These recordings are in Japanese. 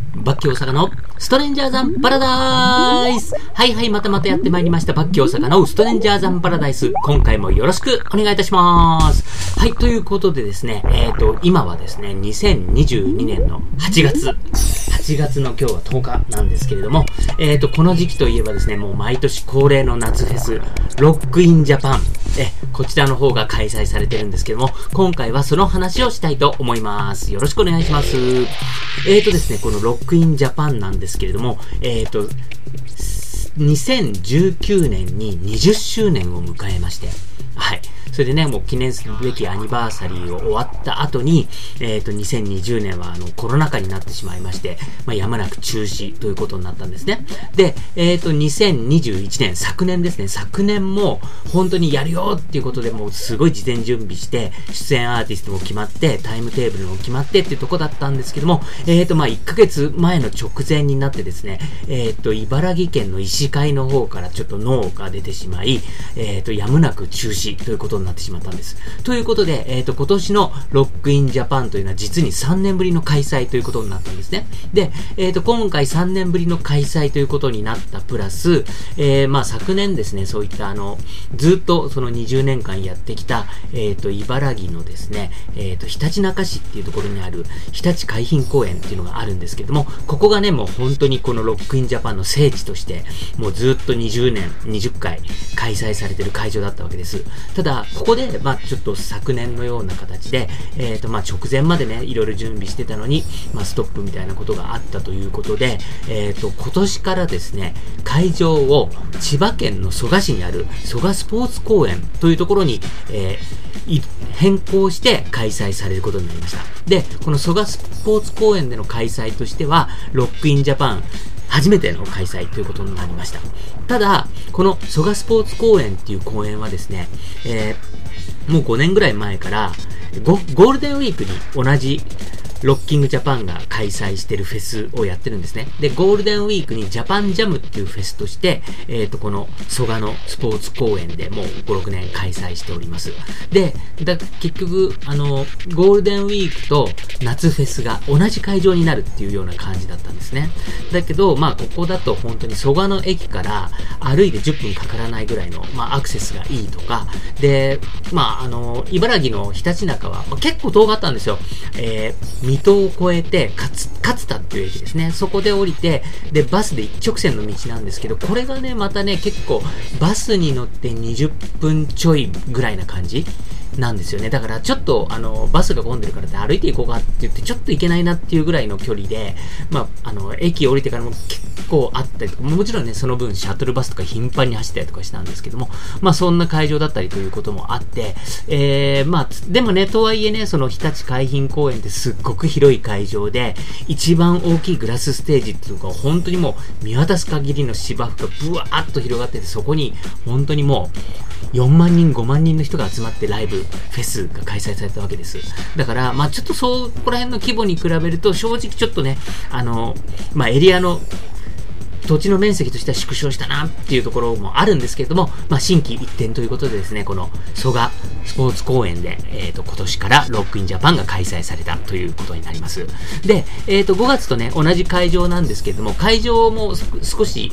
バッキー大阪のストレンジャーザンパラダイス。はいはい、またやってまいりました。バッキー大阪のストレンジャーザンパラダイス。今回もよろしくお願いいたします。はい、ということでですね、今はですね、2022年の8月の今日は10日なんですけれども、この時期といえばですね、もう毎年恒例の夏フェス、ロックインジャパン、こちらの方が開催されてるんですけども、今回はその話をしたいと思います。よろしくお願いします。ですね、このロックインジャパンなんですけれども、2019年に20周年を迎えまして、はい。それでね、もう記念すべきアニバーサリーを終わった後に、2020年はコロナ禍になってしまいまして、やむなく中止ということになったんですね。で、2021年、昨年ですね、昨年も本当にやるよっていうことでもうすごい事前準備して、出演アーティストも決まって、タイムテーブルも決まってっていうとこだったんですけども、1ヶ月前の直前になってですね、茨城県の医師会の方からちょっとノーが出てしまい、やむなく中止ということになってしまったんです。ということで、今年のロックインジャパンというのは実に3年ぶりの開催ということになったんですね。で、今回3年ぶりの開催ということになったプラス、昨年ですね、そういったずっとその20年間やってきた、茨城のですね、ひたちなか市っていうところにある日立海浜公園っていうのがあるんですけれども、ここがね、もう本当にこのロックインジャパンの聖地として、もうずっと20年、20回開催されている会場だったわけです。ただ、ここで、ちょっと昨年のような形で、直前までね、いろいろ準備してたのに、ストップみたいなことがあったということで、今年からですね、会場を千葉県の蘇我市にある蘇我スポーツ公園というところに、変更して開催されることになりました。で、この蘇我スポーツ公園での開催としては、ロックインジャパン初めての開催ということになりました。ただ、この蘇我スポーツ公園っていう公園はですね、もう5年ぐらい前からゴールデンウィークに同じロッキングジャパンが開催しているフェスをやってるんですね。で、ゴールデンウィークにジャパンジャムっていうフェスとして、この蘇我のスポーツ公園でもう5、6年開催しております。で、結局、ゴールデンウィークと夏フェスが同じ会場になるっていうような感じだったんですね。だけど、ここだと本当に蘇我の駅から歩いて10分かからないぐらいの、アクセスがいいとか、で、茨城のひたちなかは、結構遠かったんですよ。水戸を越えて勝田っていう駅ですね。そこで降りて、で、バスで一直線の道なんですけど、これがね、またね、結構、バスに乗って20分ちょいぐらいな感じなんですよね。だからちょっとバスが混んでるからって歩いていこうかって言ってちょっと行けないなっていうぐらいの距離で、駅降りてからも結構あったりとか、もちろんね、その分シャトルバスとか頻繁に走ったりとかしたんですけども、そんな会場だったりということもあって、でもね、とはいえね、その日立海浜公園ってすっごく広い会場で、一番大きいグラスステージっていうのが本当にもう見渡す限りの芝生がブワーッと広がってて、そこに本当にもう4万人、5万人の人が集まってライブ、フェスが開催されたわけです。だから、ちょっとそこら辺の規模に比べると、正直ちょっとね、エリアの土地の面積としては縮小したなっていうところもあるんですけれども、新規一転ということでですね、この蘇我スポーツ公園で、今年からロックインジャパンが開催されたということになります。で、5月とね、同じ会場なんですけれども、会場も少し、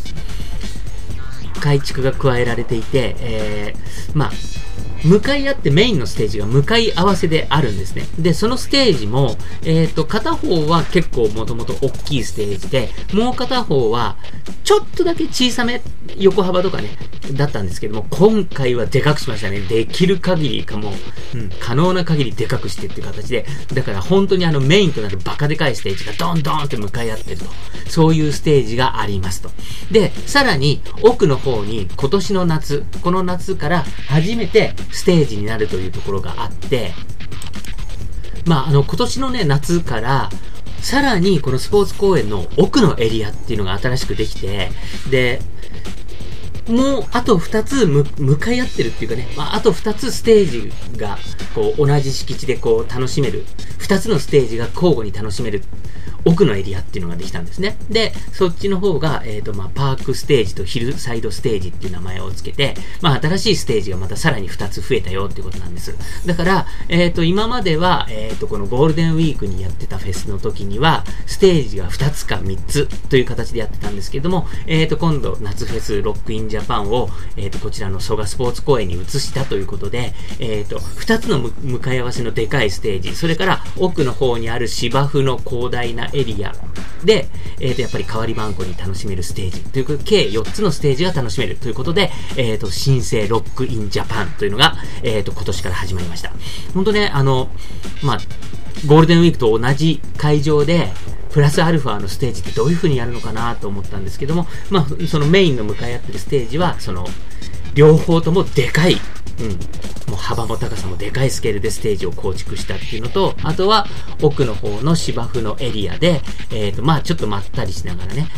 改築が加えられていて、向かい合ってメインのステージが向かい合わせであるんですね。で、そのステージも、片方は結構もともと大きいステージで、もう片方はちょっとだけ小さめ、横幅とかね、だったんですけども、今回はでかくしましたね。できる限りかも、可能な限りでかくしてっていう形で、だから本当にメインとなるバカでかいステージがドンドンって向かい合ってると。そういうステージがありますと。で、さらに奥の方に今年の夏、この夏から初めてステージになるというところがあって、今年のね、夏から、さらにこのスポーツ公園の奥のエリアっていうのが新しくできて、で、もうあと2つ向かい合ってるっていうかね、あと2つステージがこう同じ敷地でこう楽しめる2つのステージが交互に楽しめる奥のエリアっていうのができたんですね。で、そっちの方が、パークステージとヒルサイドステージっていう名前をつけて、新しいステージがまたさらに2つ増えたよっていうことなんです。だから、今までは、このゴールデンウィークにやってたフェスの時には、ステージが2つか3つという形でやってたんですけども、今度、夏フェスロックインジャパンを、こちらの蘇我スポーツ公園に移したということで、2つの向かい合わせのでかいステージ、それから奥の方にある芝生の広大なエリアで、やっぱり代わり番号に楽しめるステージということで、計4つのステージが楽しめるということで、新生ロックインジャパンというのが、今年から始まりました。本当ね、ゴールデンウィークと同じ会場で、プラスアルファのステージってどういう風にやるのかなと思ったんですけども、そのメインの向かい合ってるステージは、その、両方ともでかい、もう幅も高さもでかいスケールでステージを構築したっていうのと、あとは奥の方の芝生のエリアで、ちょっとまったりしながらね、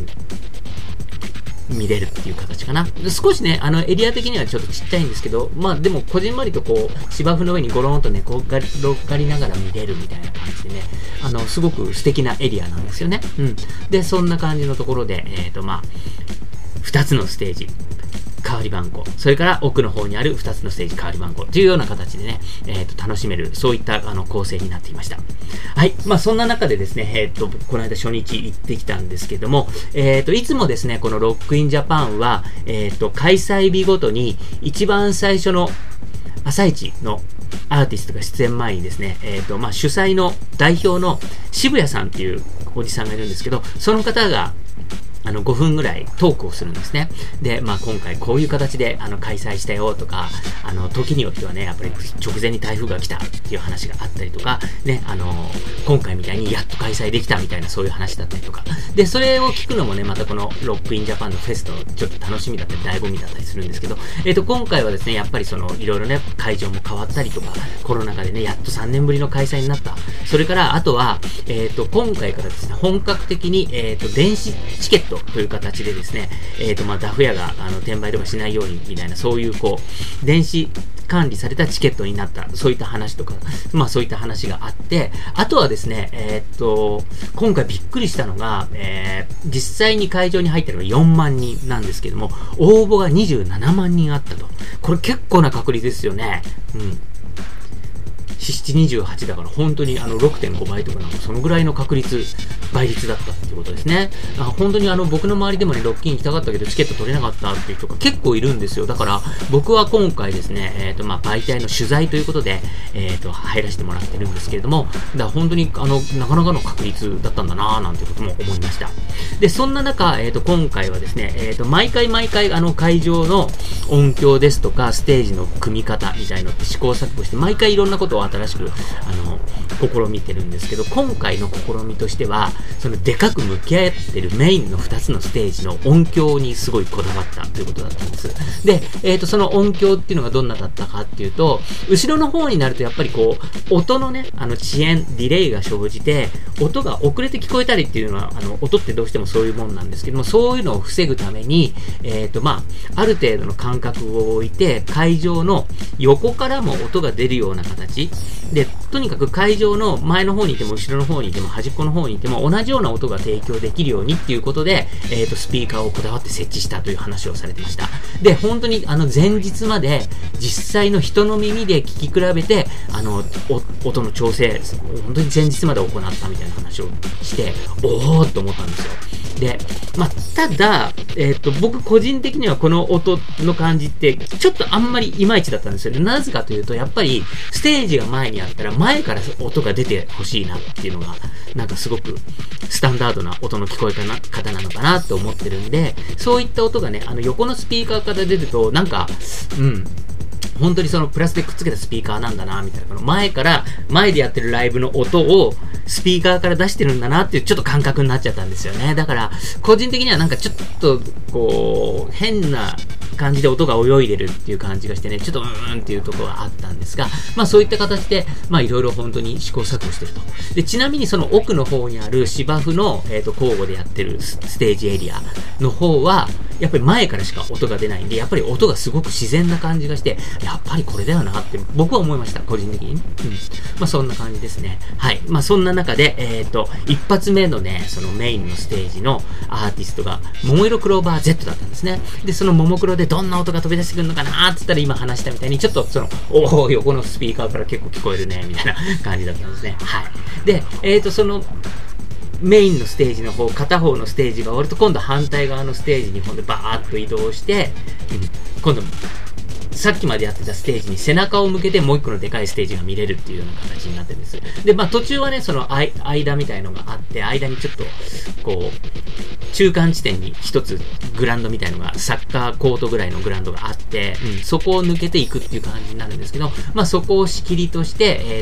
見れるっていう形かな。少しね、エリア的にはちょっとちっちゃいんですけど、でも、こじんまりとこう、芝生の上にゴローンとね、転がりながら見れるみたいな感じでね、すごく素敵なエリアなんですよね。で、そんな感じのところで、2つのステージ。代わり番号、それから奥の方にある2つのステージ代わり番号というような形でね、楽しめる、そういった構成になっていました。はい。そんな中でですね、この間初日行ってきたんですけども、いつもですね、このロックインジャパンは、開催日ごとに一番最初の朝一のアーティストが出演前にですね、主催の代表の渋谷さんっていうおじさんがいるんですけど、その方が5分ぐらいトークをするんですね。で、今回こういう形で開催したよとか、時によってはね、やっぱり直前に台風が来たっていう話があったりとか、ね、今回みたいにやっと開催できたみたいなそういう話だったりとか。で、それを聞くのもね、またこのロックインジャパンのフェスのちょっと楽しみだったり、醍醐味だったりするんですけど、今回はですね、やっぱりいろいろね、会場も変わったりとか、コロナ禍でね、やっと3年ぶりの開催になった。それから、あとは、今回からですね、本格的に、電子チケットという形でですね、ダフ屋が転売とかしないようにみたいな、そういう電子管理されたチケットになった、そういった話とか、そういった話があって、あとはですね、今回びっくりしたのが、実際に会場に入ってるのが4万人なんですけども、応募が27万人あったと。これ結構な確率ですよね。728だから本当に6.5 倍とかなんかそのぐらいの確率、倍率だったっていうことですね。本当に僕の周りでもね、ロッキン行きたかったけどチケット取れなかったっていう人が結構いるんですよ。だから僕は今回ですね、媒体の取材ということで、入らせてもらってるんですけれども、だから本当になかなかの確率だったんだなぁなんていうことも思いました。で、そんな中、今回はですね、毎回会場の音響ですとか、ステージの組み方みたいのって試行錯誤して、毎回いろんなことを新しく試みてるんですけど、今回の試みとしてはそのでかく向き合ってるメインの2つのステージの音響にすごいこだわったということだったんです。で、その音響っていうのがどんなだったかっていうと、後ろの方になるとやっぱり音のね、遅延ディレイが生じて音が遅れて聞こえたりっていうのは音ってどうしてもそういうもんなんですけども、そういうのを防ぐためにある程度の間隔を置いて会場の横からも音が出るような形で、とにかく会場の前の方にいても後ろの方にいても端っこの方にいても同じような音が提供できるようにっていうことで、スピーカーをこだわって設置したという話をされてました。で、本当に前日まで実際の人の耳で聞き比べて音の調整、本当に前日まで行ったみたいな話をしておーっと思ったんですよ。で、ただ、僕個人的にはこの音の感じってちょっとあんまりいまいちだったんですよね。なぜかというと、やっぱりステージが前にあったら前から音が出てほしいなっていうのがなんかすごくスタンダードな音の聞こえ方なのかなと思ってるんで、そういった音がね、横のスピーカーから出るとなんか本当にそのプラスでくっつけたスピーカーなんだなみたいな、前でやってるライブの音をスピーカーから出してるんだなっていうちょっと感覚になっちゃったんですよね。だから個人的にはなんかちょっと変な感じで音が泳いでるっていう感じがしてね、ちょっとっていうところがあったんですが、まあそういった形で、まあいろいろ本当に試行錯誤してると。で、ちなみにその奥の方にある芝生の、交互でやってるステージエリアの方は、やっぱり前からしか音が出ないんで、やっぱり音がすごく自然な感じがして、やっぱりこれだよなって僕は思いました、個人的にね。まあそんな感じですね。はい。まあそんな中で、一発目のね、そのメインのステージのアーティストが、桃色クローバー Z だったんですね。で、そのももクロでどんな音が飛び出してくるのかなーって言ったら今話したみたいに、ちょっとその、横のスピーカーから結構聞こえるね、みたいな感じだったんですね。はい。で、その、メインのステージの方、片方のステージが終わると、今度反対側のステージに今度バーッと移動して、今度、さっきまでやってたステージに背中を向けてもう一個のでかいステージが見れるっていうような形になってるんです。で、まあ途中はね、その間みたいのがあって、間にちょっと、こう、中間地点に一つグラウンドみたいのが、サッカーコートぐらいのグラウンドがあって、そこを抜けていくっていう感じになるんですけど、まあそこを仕切りとして、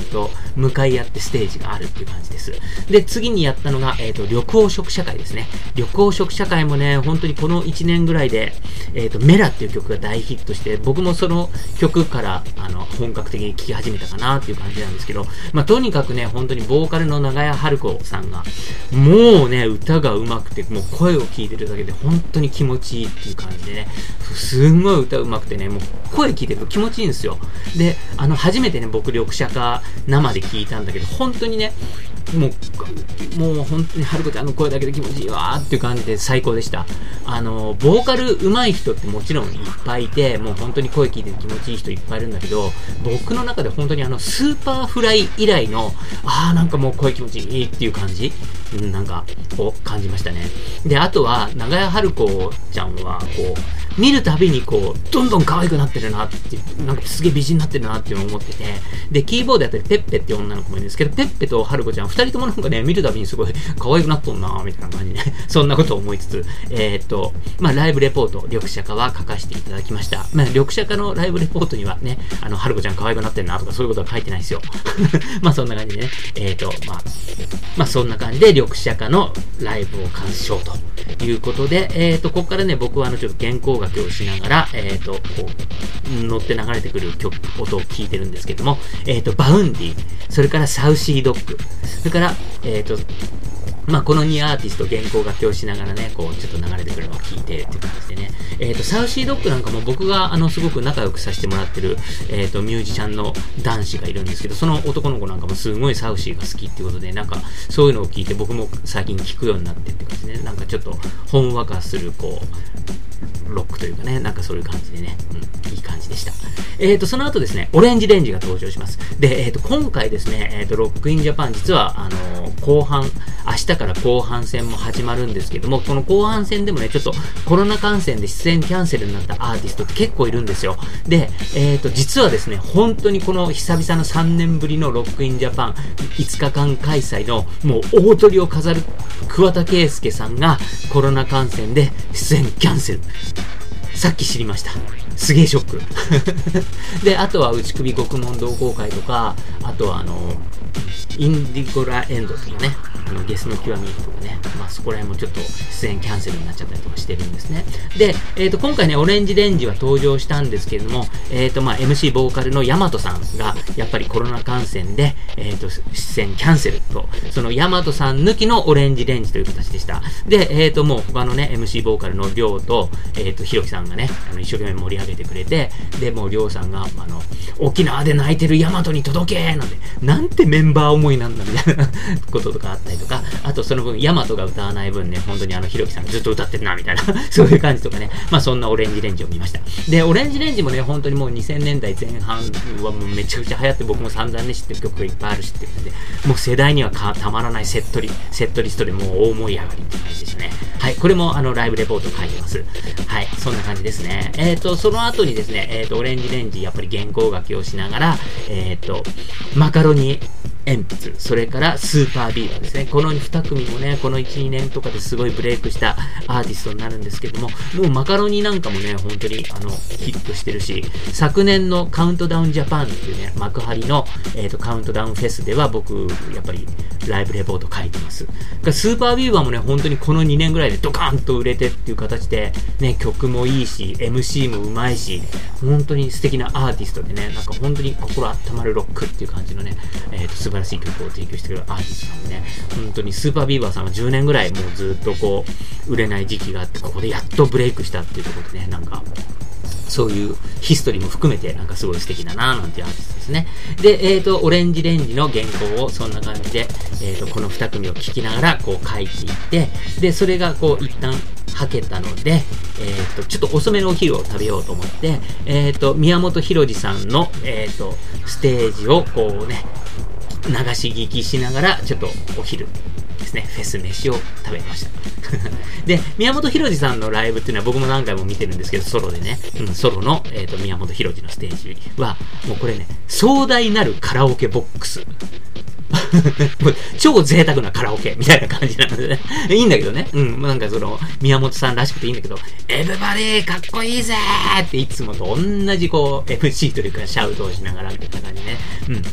向かい合ってステージがあるっていう感じです。で、次にやったのが、緑黄色社会ですね。緑黄色社会もね、本当にこの1年ぐらいで、メラっていう曲が大ヒットして、僕もその曲から、本格的に聴き始めたかなっていう感じなんですけど、まあとにかくね、本当にボーカルの長屋春子さんが、もうね、歌が上手くて、もう声を聞いてるだけで本当に気持ちいいっていう感じでね、すんごい歌上手くてね、もう声聞いてると気持ちいいんですよ。で、初めてね、僕緑茶か生で聞いたんだけど、本当にね、もう本当に春子ちゃんの声だけで気持ちいいわーっていう感じで最高でした。ボーカル上手い人ってもちろんいっぱいいて、もう本当に声聞いて気持ちいい人いっぱいいるんだけど、僕の中で本当にスーパーフライ以来の、なんかもう声気持ちいいっていう感じ、なんか、を感じましたね。で、あとは、長屋春子ちゃんは、こう、見るたびにこう、どんどん可愛くなってるなって、なんかすげえ美人になってるなっていうのを思ってて、で、キーボードやったり、ペッペっていう女の子もいるんですけど、ペッペと春子ちゃん、二人ともなんかね、見るたびにすごい可愛くなっとんなみたいな感じで、そんなことを思いつつ、まあ、ライブレポート、緑茶化は書かせていただきました。まあ、緑茶化のライブレポートにはね、春子ちゃん可愛くなってんなとかそういうことは書いてないですよ。まあ、そんな感じでね、まあ、そんな感じで緑茶化のライブを鑑賞ということで、ここからね、僕はちょっと原稿書きをしながら、こう、乗って流れてくる音を聞いてるんですけども、バウンディ、それからサウシードッグ、それから、まあ、この2アーティスト原稿書きをしながらね、こう、ちょっと流れてくるのを聞いてっていう感じでね。サウシードッグなんかも僕が、すごく仲良くさせてもらってる、ミュージシャンの男子がいるんですけど、その男の子なんかもすごいサウシーが好きっていうことで、なんか、そういうのを聞いて僕も最近聞くようになってっていう感じでね、なんかちょっと、ほんわかする、こう、ロックというかね、なんかそういう感じでね、いい感じでした。その後ですね、オレンジレンジが登場します。で、今回ですね、ロックインジャパン、実は、後半、明日から後半戦も始まるんですけども、この後半戦でもね、ちょっとコロナ感染で出演キャンセルになったアーティストって結構いるんですよ。で、実はですね、本当にこの久々の3年ぶりのロックインジャパン5日間開催のもう大トリを飾る桑田佳祐さんがコロナ感染で出演キャンセル。さっき知りました。すげえショック。で、あとは内首獄門同好会とか、あとはインディゴラエンドとかね、ゲスの極みとかね、まあそこら辺もちょっと出演キャンセルになっちゃったりとかしてるんですね。で、今回ね、オレンジレンジは登場したんですけれども、まあ MC ボーカルのヤマトさんが、やっぱりコロナ感染で、出演キャンセルと、そのヤマトさん抜きのオレンジレンジという形でした。で、もう他のね、MC ボーカルのりょうと、ひろきさんがね、一生懸命盛り上げてくれて、で、もうりょうさんが、沖縄で泣いてるヤマトに届けなんてメンバー思いなんだみたいなこととかあったりとか、あとその分ヤマトが歌わない分ね、本当にひろきさんずっと歌ってるなみたいなそういう感じとかね、まあそんなオレンジレンジを見ました。で、オレンジレンジもね、本当にもう2000年代前半はもうめちゃくちゃ流行って、僕も散々ね知ってる曲がいっぱいあるしっていうので、もう世代にはたまらないセットリストでもう大盛り上がりって感じでしたね。はい、これもライブレポート書いてます。はい、そんな感じですね。その後にですね、オレンジレンジやっぱり原稿書きをしながら、マカロニ鉛筆、それからスーパービーバーですね。この2組もね、この1、2年とかですごいブレイクしたアーティストになるんですけども、もうマカロニなんかもね、本当にヒットしてるし、昨年のカウントダウンジャパンっていうね、幕張の、カウントダウンフェスでは僕、やっぱりライブレポート書いてます。スーパービーバーもね、本当にこの2年ぐらいでドカンと売れてっていう形で、ね、曲もいいし、MC もうまいし、本当に素敵なアーティストでね、なんか本当に心温まるロックっていう感じのね、素晴らしい曲を提供してくれるアーティストさんでね、本当にスーパービーバーさんは10年ぐらいもうずっとこう、売れない時期があって、ここでやっとブレイクしたっていうところでね、なんか、そういうヒストリーも含めてなんかすごい素敵だななんていうアーティストですね。で、オレンジレンジの原稿をそんな感じで、この2組を聴きながらこう書いていって、で、それがこう一旦はけたので、ちょっと遅めのお昼を食べようと思って、宮本浩次さんの、ステージをこうね、流し聞きしながら、ちょっとお昼ですね、フェス飯を食べました。で、宮本浩次さんのライブっていうのは僕も何回も見てるんですけど、ソロでね、ソロの、宮本浩次のステージは、もうこれね、壮大なるカラオケボックス。超贅沢なカラオケみたいな感じなのでね。いいんだけどね。なんか宮本さんらしくていいんだけど、エブバディかっこいいぜーっていつもと同じこう、MC というかシャウトをしながらみたいな感じね。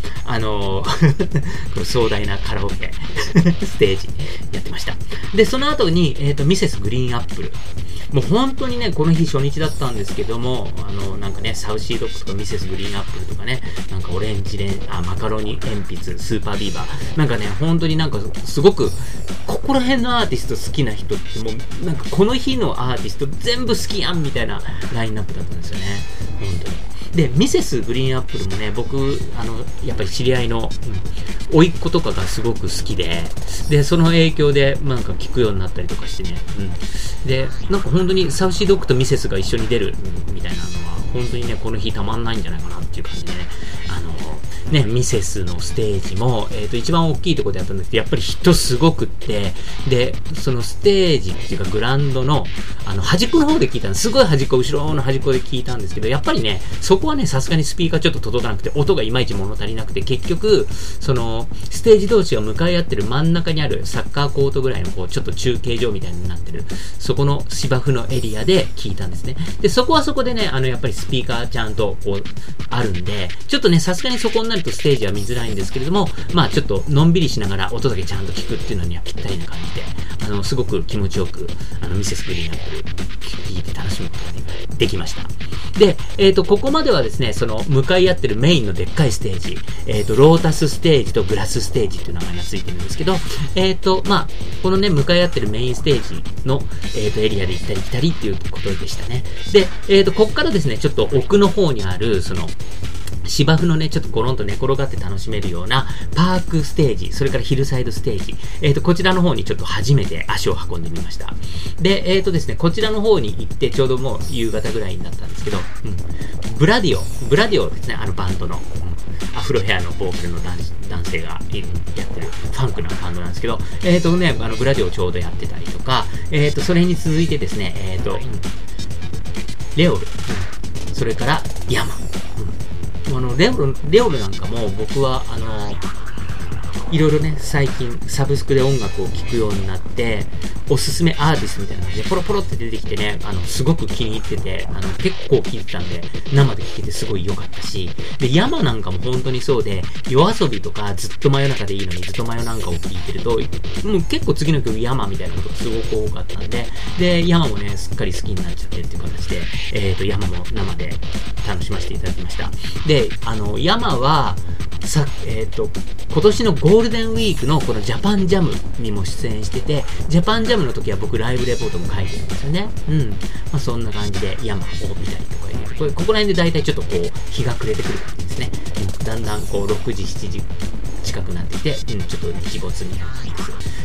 この壮大なカラオケステージやってました。で、その後に、ミセスグリーンアップル。もう本当にね、この日初日だったんですけども、なんかね、サウシードッグとかミセスグリーンアップルとかね、なんかオレンジマカロニ鉛筆、スーパービーバー。なんかね、本当になんかすごく、ここら辺のアーティスト好きな人ってもう、なんかこの日のアーティスト全部好きやんみたいなラインナップだったんですよね。本当に。で、ミセスグリーンアップルもね、僕、やっぱり知り合いの、甥っ子とかがすごく好きで、で、その影響で、なんか聞くようになったりとかしてね、で、なんか本当にサウシードッグとミセスが一緒に出る、みたいなのは、本当にね、この日たまんないんじゃないかなっていう感じでね、ミセスのステージも、一番大きいところでやったんですけど、やっぱり人すごくって、で、そのステージっていうかグラウンドの、端っこの方で聞いたんです。すごい端っこ、後ろの端っこで聞いたんですけど、やっぱりね、そこはね、さすがにスピーカーちょっと届かなくて、音がいまいち物足りなくて、結局、その、ステージ同士が向かい合ってる真ん中にあるサッカーコートぐらいの、こう、ちょっと中継場みたいになってる、そこの芝生のエリアで聞いたんですね。で、そこはそこでね、やっぱりスピーカーちゃんと、こう、あるんで、ちょっとね、さすがにそこになるとステージは見づらいんですけれども、まあちょっとのんびりしながら音だけちゃんと聞くっていうのにはぴったりな感じで、すごく気持ちよく、ミセスグリーンアップル聞いて楽しむことができました。で、ここまではですね、その向かい合ってるメインのでっかいステージ、ロータスステージとグラスステージっていう名前がついてるんですけど、まあこのね、向かい合ってるメインステージの、エリアで行ったり来たりっていうことでしたね。で、ここからですね、ちょっと奥の方にある、その、芝生のね、ちょっとゴロンと寝転がって楽しめるようなパークステージ、それからヒルサイドステージ、こちらの方にちょっと初めて足を運んでみました。で、ですね、こちらの方に行って、ちょうどもう夕方ぐらいになったんですけど、ブラディオですね、バンドの、アフロヘアのボーカルの男性がやってるファンクなバンドなんですけど、ブラディオちょうどやってたりとか、それに続いてですね、レオル、それからヤマ、レオルなんかも僕はいろいろね、最近サブスクで音楽を聴くようになって、おすすめアーティストみたいな感じでポロポロって出てきてね、すごく気に入ってて、結構聴いてたんで、生で聴けてすごい良かったし、で、ヤマなんかも本当にそうで、夜遊びとかずっと真夜中でいいのにずっと真夜中を聴いてると、もう結構次の曲ヤマみたいなことがすごく多かったんで、で、ヤマもね、すっかり好きになっちゃってっていう形で、ヤマも生で楽しませていただきました。で、ヤマは、今年のゴールデンウィークのこのジャパンジャムにも出演してて、ジャパンジャムの時は僕ライブレポートも書いてるんですよね。まあそんな感じでヤマを見たりとかここら辺で大体ちょっとこう日が暮れてくる感じですね。だんだんこう6時、7時近くなってきて、ちょっと日没になってきます。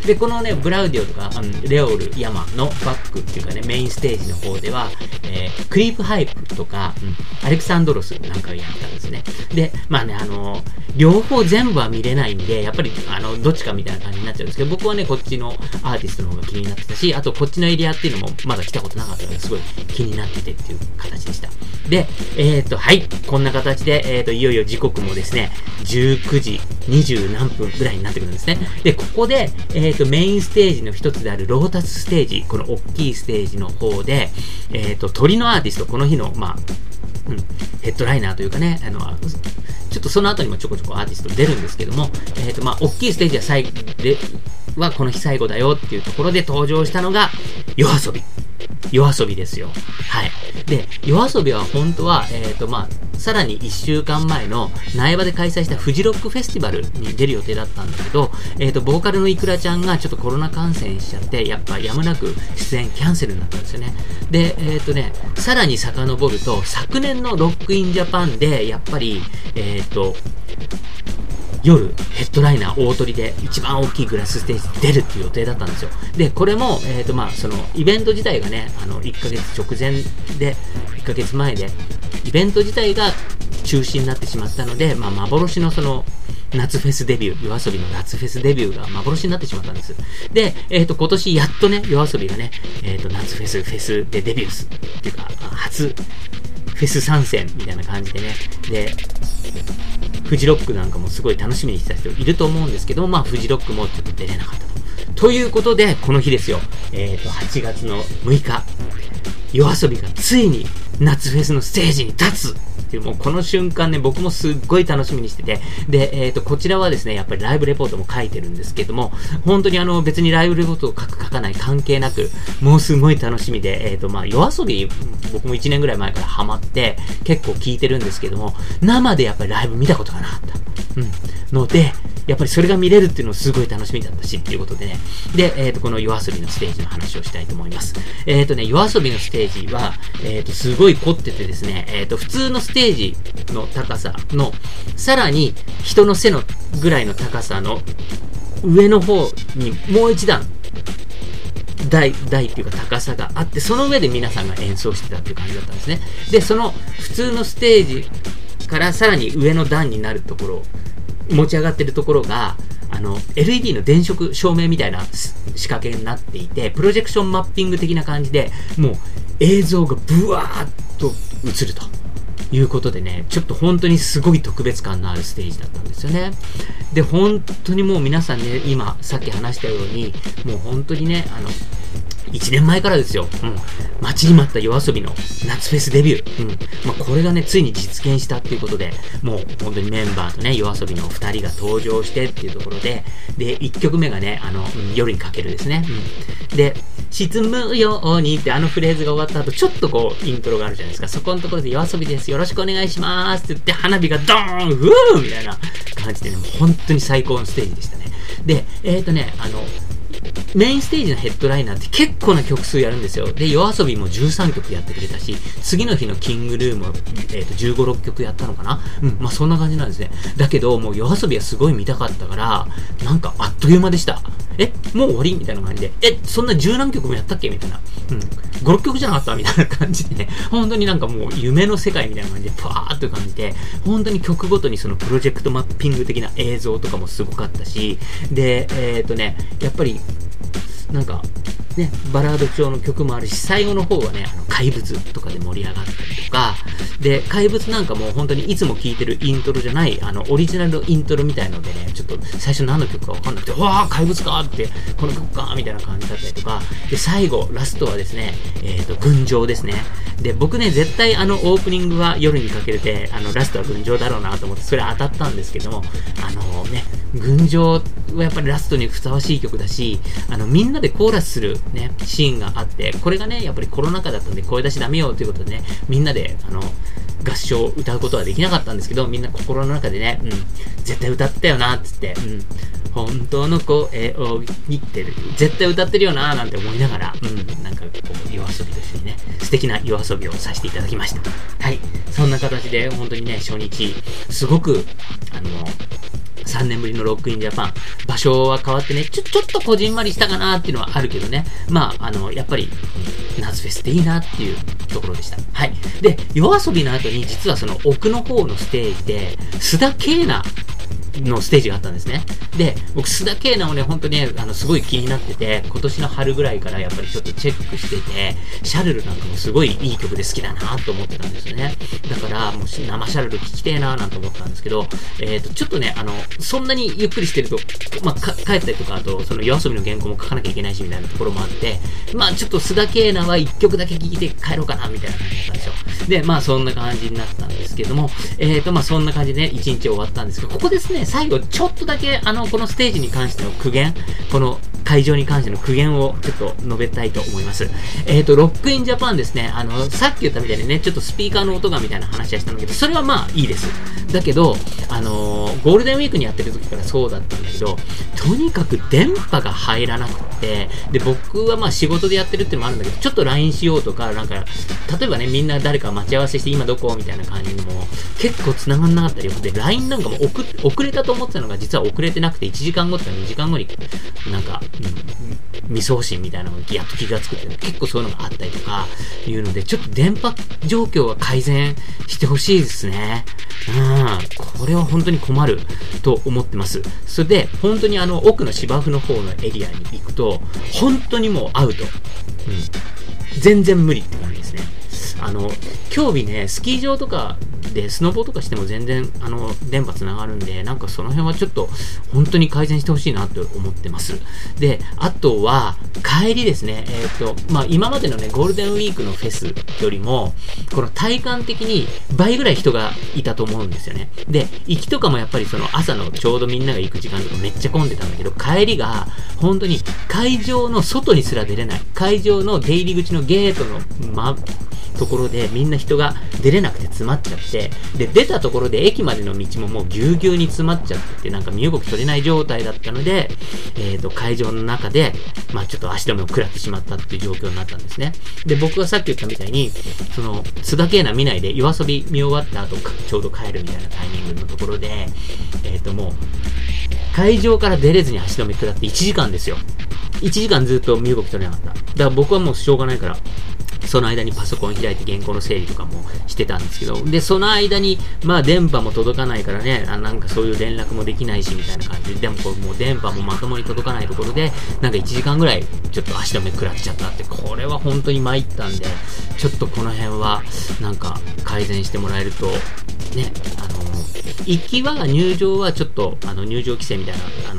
で、このね、ブラウディオとか、レオール、ヤマのバックっていうかね、メインステージの方では、クリープハイプとか、アレクサンドロスなんかをやったんですね。で、まあね、両方全部は見れないんで、やっぱり、どっちかみたいな感じになっちゃうんですけど、僕はね、こっちのアーティストの方が気になってたし、あとこっちのエリアっていうのもまだ来たことなかったので、すごい気になっててっていう形でした。で、はい、こんな形で、いよいよ時刻もですね、19時20何分ぐらいになってくるんですね。で、ここで、メインステージの一つであるロータスステージ、この大きいステージの方で、鳥のアーティスト、この日の、ヘッドライナーというかね、ちょっとその後にもちょこちょこアーティスト出るんですけども、大きいステージはこの日最後だよっていうところで登場したのが、夜遊びですよ。はい。で、夜遊びは本当は、さらに1週間前の苗場で開催したフジロックフェスティバルに出る予定だったんだけど、ボーカルのいくらちゃんがちょっとコロナ感染しちゃって、やっぱやむなく出演キャンセルになったんですよね。で、さらに遡ると、昨年のロックインジャパンで、やっぱり、夜、ヘッドライナー大鳥で一番大きいグラスステージ出るっていう予定だったんですよ。で、これも、そのイベント自体がね、1ヶ月直前で、1ヶ月前で、イベント自体が中止になってしまったので、幻のその、夏フェスデビュー、夜遊びの夏フェスデビューが幻になってしまったんです。で、今年やっとね、夜遊びがね、夏フェスでデビューすっていうか、初フェス参戦みたいな感じでね、で、フジロックなんかもすごい楽しみにしてた人いると思うんですけど、フジロックもちょっと出れなかったと。ということで、この日ですよ、8月の6日、夜遊びがついに夏フェスのステージに立つっていう、もうこの瞬間ね、僕もすっごい楽しみにしてて、で、こちらはですね、やっぱりライブレポートも書いてるんですけども、本当に別にライブレポートを書かない関係なく、もうすごい楽しみで、夜遊び、僕も1年ぐらい前からハマって、結構聞いてるんですけども、生でやっぱりライブ見たことがなかった。ので、やっぱりそれが見れるっていうのもすごい楽しみだったしっていうことでね。で、この夜遊びのステージの話をしたいと思います。夜遊びのステージは、すごい凝っててですね、普通のステージの高さの、さらに人の背のぐらいの高さの上の方にもう一段、台っていうか高さがあって、その上で皆さんが演奏してたっていう感じだったんですね。で、その普通のステージからさらに上の段になるところ、持ち上がってるところが、LED の電飾照明みたいな仕掛けになっていて、プロジェクションマッピング的な感じで、もう映像がブワーッと映るということでね、ちょっと本当にすごい特別感のあるステージだったんですよね。で、本当にもう皆さんね、今、さっき話したように、もう本当にね、1年前からですよ。待ちに待った夜遊びの夏フェスデビュー。これがね、ついに実現したっていうことで、もう本当にメンバーとね、夜遊びの2人が登場してっていうところで、で、1曲目がね、夜にかけるですね。で、沈むようにってフレーズが終わった後、ちょっとこう、イントロがあるじゃないですか。そこのところで夜遊びです。よろしくお願いしますって言って、花火がドーンウーみたいな感じでね、もう本当に最高のステージでしたね。で、メインステージのヘッドライナーって結構な曲数やるんですよ。で、夜遊びも13曲やってくれたし、次の日のキングルームも、15、6曲やったのかな。そんな感じなんですね。だけど、もう夜遊びはすごい見たかったから、なんかあっという間でした。もう終わりみたいな感じで。そんな10何曲もやったっけみたいな。5、6曲じゃなかったみたいな感じでね。本当になんかもう夢の世界みたいな感じで、パーッという感じで、本当に曲ごとにそのプロジェクトマッピング的な映像とかもすごかったし、で、やっぱり、なんか、ね、バラード調の曲もあるし、最後の方はね、怪物とかで盛り上がったりとか、で、怪物なんかもう本当にいつも聴いてるイントロじゃない、オリジナルのイントロみたいのでね、ちょっと最初何の曲かわかんなくて、わー、怪物かーって、この曲かーみたいな感じだったりとか、で、最後、ラストはですね、群青ですね。で、僕ね、絶対オープニングは夜にかけるで、ラストは群青だろうなと思って、それ当たったんですけども、群青はやっぱりラストにふさわしい曲だし、みんなでコーラスするね、シーンがあって、これがね、やっぱりコロナ禍だったんで声出しダメよということでね、みんなで、合唱を歌うことはできなかったんですけど、みんな心の中でね、絶対歌ったよな、つって、本当の声を言ってる、絶対歌ってるよな、なんて思いながら、なんかこう、夜遊びとしてね、素敵な夜遊びをさせていただきました。はい。そんな形で、本当にね、初日、すごく、 3年ぶりのロックインジャパン。場所は変わってね、ちょっとこじんまりしたかなっていうのはあるけどね。やっぱり、夏フェスっていいなっていうところでした。はい。で、夜遊びの後に実はその奥の方のステージで、須田慶奈のステージがあったんですね。で、僕、須田慶奈をね、本当にね、すごい気になってて、今年の春ぐらいからやっぱりちょっとチェックしてて、シャルルなんかもすごいいい曲で好きだなと思ってたんですよね。だから、もう生シャルル聴きてえななんて思ったんですけど、ちょっとね、そんなにゆっくりしてると、帰ったりとか、あと、その夜遊びの原稿も書かなきゃいけないし、みたいなところもあって、ちょっと須田慶奈は一曲だけ聴いて帰ろうかな、みたいな感じだったんですよ。で、そんな感じになったんですけども、そんな感じでね、一日終わったんですけど、ここですね、最後、ちょっとだけ、このステージに関しての苦言、この会場に関しての苦言をちょっと述べたいと思います。ロックインジャパンですね、さっき言ったみたいにね、ちょっとスピーカーの音がみたいな話はしたんだけど、それはいいです。だけど、ゴールデンウィークにやってる時からそうだったんだけど、とにかく電波が入らなくて、で、僕は仕事でやってるっていうのもあるんだけど、ちょっと LINE しようとか、なんか、例えばね、みんな誰か待ち合わせして今どこみたいな感じにも、結構繋がんなかったりよくて、LINE なんかも遅れたと思ってたのが実は遅れてなくて、1時間後とか2時間後に、なんか、未送信みたいなのにやっと気がつくっていうの結構そういうのがあったりとかいうので、ちょっと電波状況は改善してほしいですね。これは本当に困ると思ってます。それで、本当に奥の芝生の方のエリアに行くと、本当にもうアウト。全然無理って感じですね。競技ね、スキー場とかでスノボとかしても全然、電波つながるんで、なんかその辺はちょっと、本当に改善してほしいなと思ってます。で、あとは、帰りですね。今までのね、ゴールデンウィークのフェスよりも、この体感的に倍ぐらい人がいたと思うんですよね。で、行きとかもやっぱりその朝のちょうどみんなが行く時間とかめっちゃ混んでたんだけど、帰りが、本当に会場の外にすら出れない。会場の出入り口のゲートのところでみんな人が出れなくて詰まっちゃって、で、出たところで駅までの道ももうぎゅうぎゅうに詰まっちゃってて、なんか身動き取れない状態だったので、会場の中で、ちょっと足止めを食らってしまったっていう状況になったんですね。で、僕がさっき言ったみたいに、その、須田慶奈見ないで夜遊び見終わった後、ちょうど帰るみたいなタイミングのところで、もう、会場から出れずに足止め食らって1時間ですよ。1時間ずっと身動き取れなかった。だから僕はもうしょうがないから、その間にパソコン開いて原稿の整理とかもしてたんですけど、で、その間に、電波も届かないからね、なんかそういう連絡もできないし、みたいな感じで、でもこれもう電波もまともに届かないところで、なんか1時間ぐらい、ちょっと足止め食らっちゃったって、これは本当に参ったんで、ちょっとこの辺は、なんか改善してもらえると、ね、行きは入場はちょっと、入場規制みたい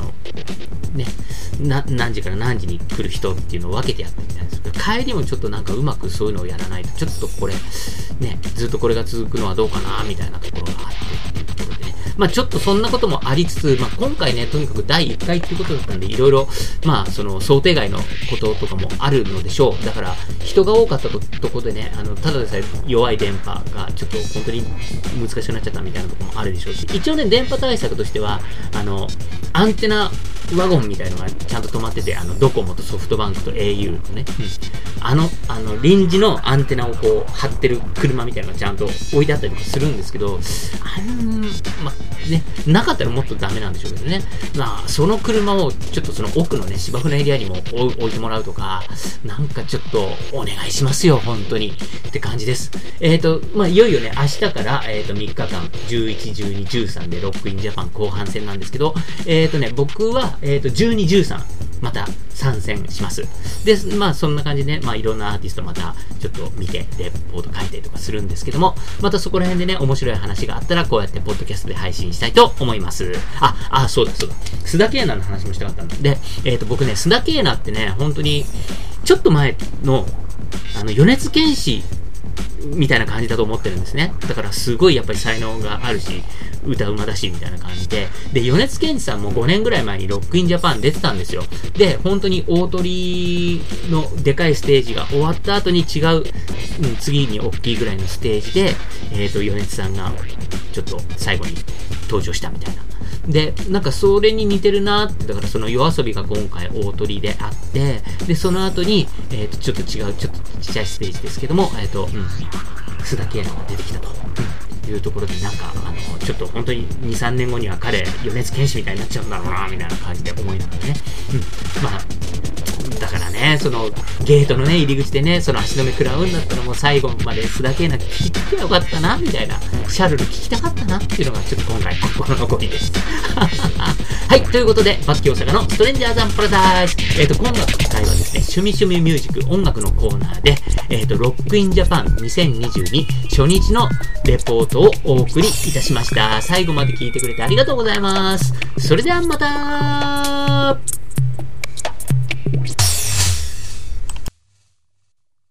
な、何時から何時に来る人っていうのを分けてやってみたいですけど、帰りもちょっとなんかうまくそういうのをやらないと、ちょっとこれ、ね、ずっとこれが続くのはどうかな、みたいなところがあってっていうところでね。ちょっとそんなこともありつつ、今回ね、とにかく第1回っていうことだったんで、いろいろ、その想定外のこととかもあるのでしょう。だから、人が多かったところでね、ただでさえ弱い電波がちょっと本当に難しくなっちゃったみたいなところもあるでしょうし、一応ね、電波対策としては、アンテナワゴンみたいのがちゃんと止まってて、ドコモとソフトバンクと au のね、臨時のアンテナをこう、張ってる車みたいなのがちゃんと置いてあったりとかするんですけど、ね、なかったらもっとダメなんでしょうけどね。その車をちょっとその奥のね、芝生のエリアにも置いてもらうとか、なんかちょっとお願いしますよ、本当に。って感じです。いよいよね、明日から、3日間、11、12、13でロックインジャパン後半戦なんですけど、僕は、12、13、また参戦します。で、そんな感じでね、いろんなアーティストまたちょっと見て、レポート書いたりとかするんですけども、またそこら辺でね、面白い話があったら、こうやってポッドキャストで配信したいと思います。そうだ。須田慶奈の話もしたかったんで、僕ね、須田慶奈ってね、本当に、ちょっと前の、米津玄師みたいな感じだと思ってるんですね。だからすごいやっぱり才能があるし、歌うまだし、みたいな感じで。で、米津玄師さんも5年ぐらい前にロックインジャパン出てたんですよ。で、本当に大鳥のでかいステージが終わった後に違う、次に大きいぐらいのステージで、米津さんがちょっと最後に登場したみたいな。で、なんかそれに似てるなーって、だからその夜遊びが今回大鳥であって、で、その後に、ちょっと違う、ちょっとちっちゃいステージですけども、須田慶奈が出てきたと。 いうところで、なんか、ちょっと本当に2、3年後には彼、米津玄師みたいになっちゃうんだろうな、みたいな感じで思いながらね。まあ、だからね、その、ゲートのね、入り口でね、その足止め食らうんだったらもう最後まで須田景凪聞きてよかったな、みたいな、シャルル聞きたかったな、っていうのがちょっと今回心残りです。はい、ということで、バッキー大阪のストレンジャーズ&パラダイス。今度の回はですね、趣味趣味ミュージック音楽のコーナーで、ロックインジャパン2022初日のレポートをお送りいたしました。最後まで聞いてくれてありがとうございます。それではまた